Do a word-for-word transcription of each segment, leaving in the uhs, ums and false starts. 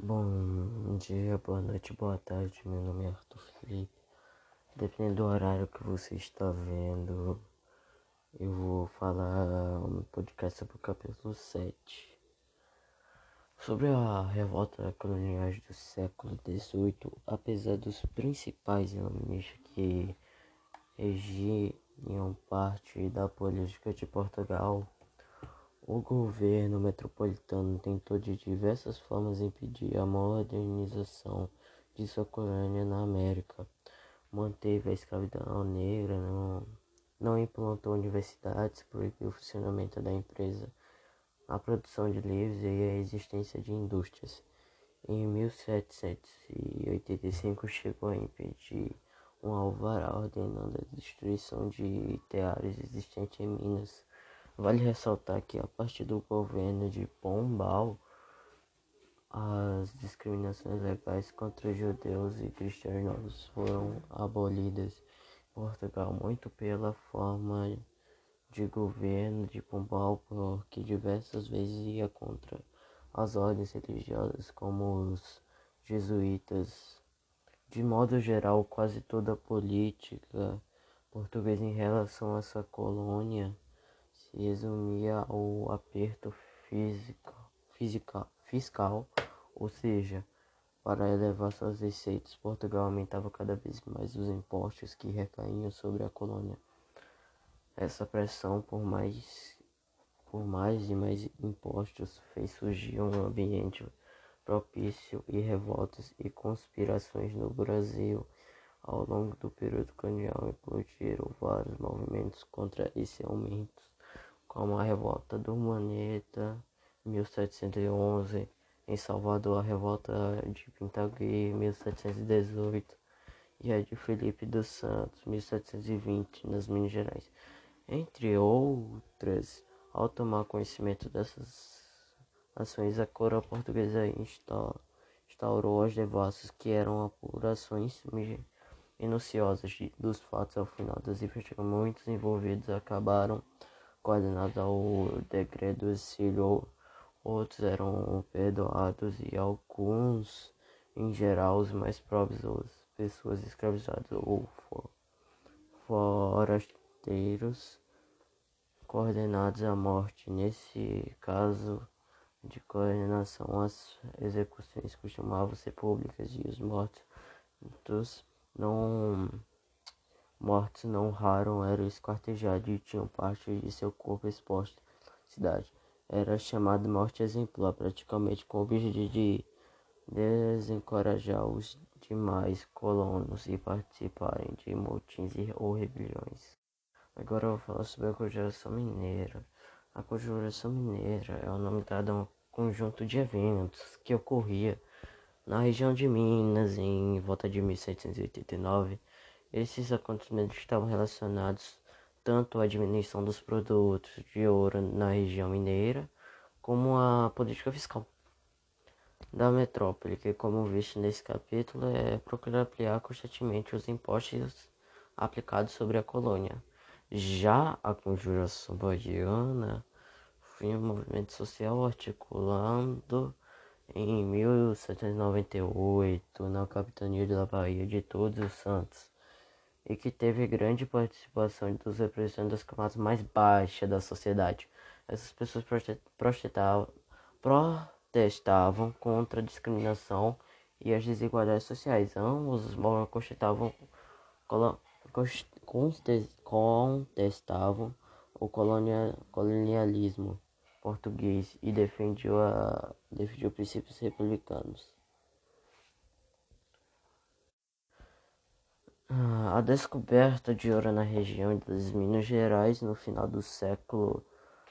Bom dia, boa noite, boa tarde. Meu nome é Arthur Felipe. Dependendo do horário que você está vendo, eu vou falar um podcast sobre o capítulo sete. Sobre a revolta coloniais do século dezoito, apesar dos principais elementos que regiam parte da política de Portugal, o governo metropolitano tentou de diversas formas impedir a modernização de sua colônia na América. Manteve a escravidão negra, não, não implantou universidades, proibiu o funcionamento da empresa, a produção de livros e a existência de indústrias. Em mil setecentos e oitenta e cinco chegou a impedir um alvará ordenando a destruição de teares existentes em Minas. Vale ressaltar que a partir do governo de Pombal, as discriminações legais contra judeus e cristianos foram abolidas em Portugal, muito pela forma de governo de Pombal, porque diversas vezes ia contra as ordens religiosas, como os jesuítas. De modo geral, quase toda a política portuguesa em relação a sua colônia se resumia ao aperto físico, física, fiscal, ou seja, para elevar suas receitas, Portugal aumentava cada vez mais os impostos que recaíam sobre a colônia. Essa pressão por mais, por mais e mais impostos fez surgir um ambiente propício e revoltas e conspirações no Brasil. Ao longo do período colonial, eclodiram vários movimentos contra esse aumento, como a Revolta do Maneta, mil setecentos e onze, em Salvador, a Revolta de Pintaguí, mil setecentos e dezoito, e a de Felipe dos Santos, mil setecentos e vinte, nas Minas Gerais. Entre outras, ao tomar conhecimento dessas ações, a coroa portuguesa instaurou as devassas, que eram apurações minuciosas dos fatos. Ao final das investigações, muitos envolvidos acabaram condenados ao decreto do exílio, outros eram perdoados e alguns, em geral os mais pobres, as pessoas escravizadas ou forasteiros, condenados à morte. Nesse caso de condenação, as execuções costumavam ser públicas e os mortos não mortos não raro eram esquartejados e tinham parte de seu corpo exposto na cidade. Era chamada morte exemplar, praticamente com o objetivo de desencorajar os demais colonos e participarem de motins ou rebeliões. Agora eu vou falar sobre a Conjuração Mineira. A Conjuração Mineira é o nome dado a um conjunto de eventos que ocorria na região de Minas em volta de mil setecentos e oitenta e nove. Esses acontecimentos estavam relacionados tanto à diminuição dos produtos de ouro na região mineira, como à política fiscal da metrópole, que, como visto nesse capítulo, é procurar ampliar constantemente os impostos aplicados sobre a colônia. Já a Conjuração Badiana foi um movimento social articulando em mil setecentos e noventa e oito na capitania da Bahia de Todos os Santos, e que teve grande participação dos representantes das camadas mais baixas da sociedade. Essas pessoas protestavam, protestavam contra a discriminação e as desigualdades sociais. Ambos os movimentos contestavam, contestavam o colonialismo português e defendiam, a, defendiam princípios republicanos. A descoberta de ouro na região das Minas Gerais no final do século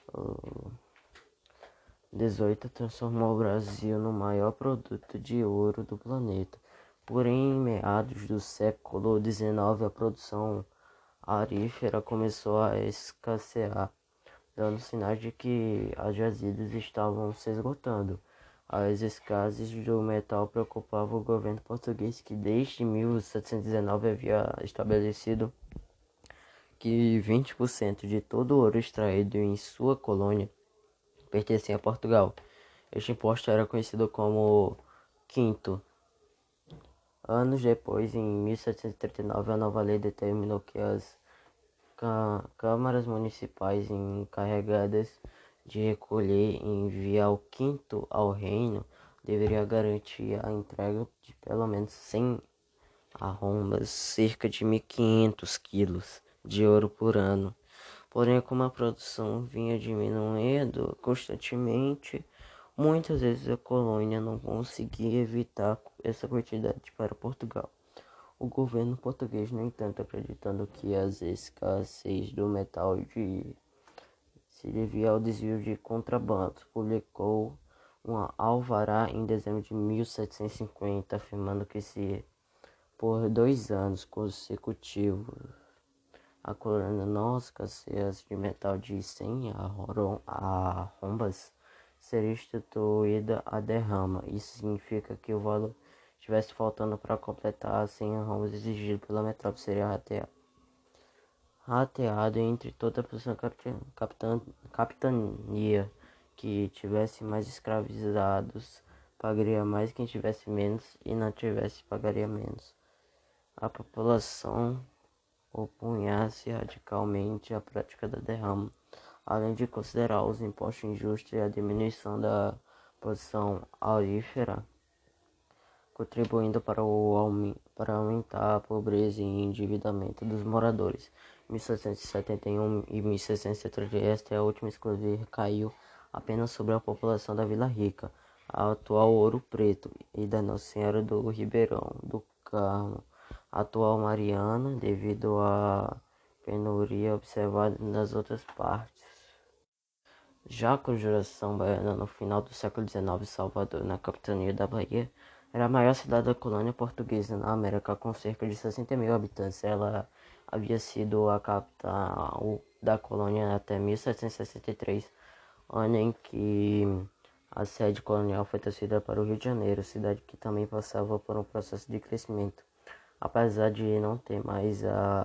dezoito transformou o Brasil no maior produtor de ouro do planeta. Porém, em meados do século dezenove, a produção aurífera começou a escassear, dando sinais de que as jazidas estavam se esgotando. As escassez do metal preocupavam o governo português, que desde mil setecentos e dezenove havia estabelecido que vinte por cento de todo o ouro extraído em sua colônia pertencia a Portugal. Este imposto era conhecido como Quinto, anos depois, em mil setecentos e trinta e nove, a nova lei determinou que as câmaras municipais encarregadas de recolher e enviar o quinto ao reino deveria garantir a entrega de pelo menos cem arrombas, cerca de mil e quinhentos quilos de ouro por ano. Porém, como a produção vinha diminuindo constantemente, muitas vezes a colônia não conseguia evitar essa quantidade para Portugal. O governo português, no entanto, acreditando que as escassez do metal de se devia ao desvio de contrabando, publicou um alvará em dezembro de mil setecentos e cinquenta, afirmando que se por dois anos consecutivos a colônia não escassez de metal de cem arrombas, seria instituída a derrama. Isso significa que o valor estivesse faltando para completar as cem arrombas exigido pela metrópole seria rateado, rateado entre toda a posição capitã, capitania. Que tivesse mais escravizados pagaria mais, quem tivesse menos e não tivesse pagaria menos. A população opunha-se radicalmente à prática da derrama, além de considerar os impostos injustos e a diminuição da produção aurífera, contribuindo para, o, para aumentar a pobreza e endividamento dos moradores. Em mil setecentos e setenta e um e mil setecentos e setenta, esta última exclusiva recaiu apenas sobre a população da Vila Rica, a atual Ouro Preto, e da Nossa Senhora do Ribeirão do Carmo, atual Mariana, devido à penuria observada nas outras partes. Já a Conjuração Baiana, no final do século dezenove, Salvador, na capitania da Bahia, era a maior cidade da colônia portuguesa na América, com cerca de sessenta mil habitantes. Ela havia sido a capital da colônia até mil setecentos e sessenta e três, ano em que a sede colonial foi transferida para o Rio de Janeiro, cidade que também passava por um processo de crescimento. Apesar de não ter mais a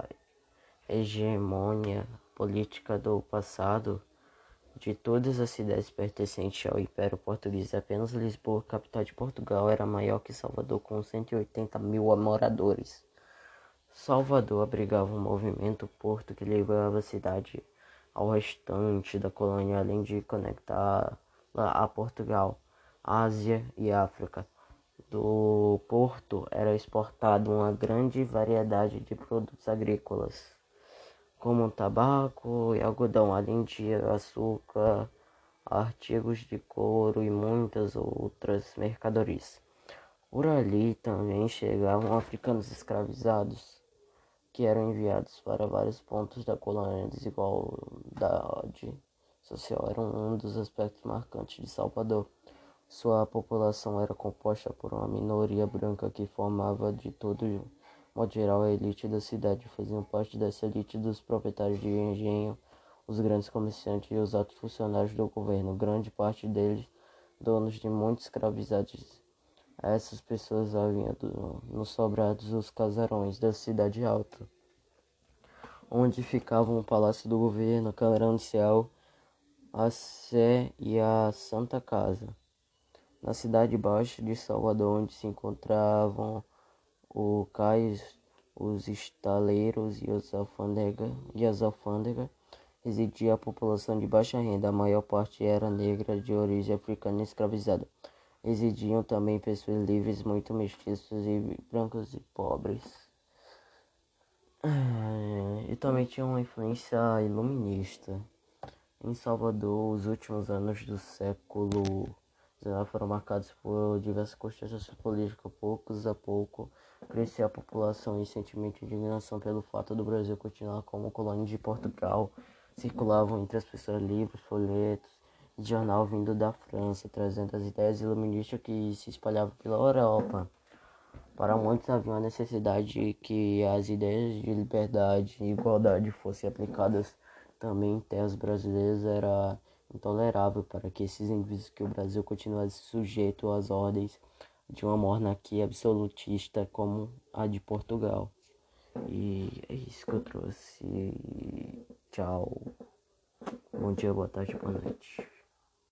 hegemonia política do passado, de todas as cidades pertencentes ao Império Português, apenas Lisboa, capital de Portugal, era maior que Salvador, com cento e oitenta mil moradores. Salvador abrigava um movimento porto que ligava a cidade ao restante da colônia, além de conectá-la a Portugal, Ásia e África. Do porto era exportado uma grande variedade de produtos agrícolas, como tabaco e algodão, além de açúcar, artigos de couro e muitas outras mercadorias. Por ali também chegavam africanos escravizados, que eram enviados para vários pontos da colônia. A desigualdade social era um dos aspectos marcantes de Salvador. Sua população era composta por uma minoria branca que formava de todo modo geral a elite da cidade. Faziam parte dessa elite dos proprietários de engenho, os grandes comerciantes e os altos funcionários do governo, grande parte deles donos de muitos escravizados. Essas pessoas haviam nos sobrados os casarões da cidade alta, onde ficavam o palácio do governo, a Câmara Ancial, a Sé e a Santa Casa. Na cidade baixa de Salvador, onde se encontravam o cais, os estaleiros e, os alfândega, e as alfândegas, residia a população de baixa renda. A maior parte era negra, de origem africana e escravizada. Residiam também pessoas livres, muito mestiços e brancos e pobres. E também tinha uma influência iluminista. Em Salvador, os últimos anos do século dezenove foram marcados por diversas constatações políticas. Poucos a pouco crescia a população e sentimento de indignação pelo fato do Brasil continuar como colônia de Portugal. Circulavam entre as pessoas livros, folhetos e jornal vindo da França, trazendo as ideias iluministas que se espalhavam pela Europa. Para muitos havia uma necessidade de que as ideias de liberdade e igualdade fossem aplicadas também em terras brasileiras. Era intolerável para que esses indivíduos que o Brasil continuasse sujeito às ordens de uma monarquia absolutista como a de Portugal. E é isso que eu trouxe. Tchau. Bom dia, boa tarde, boa noite.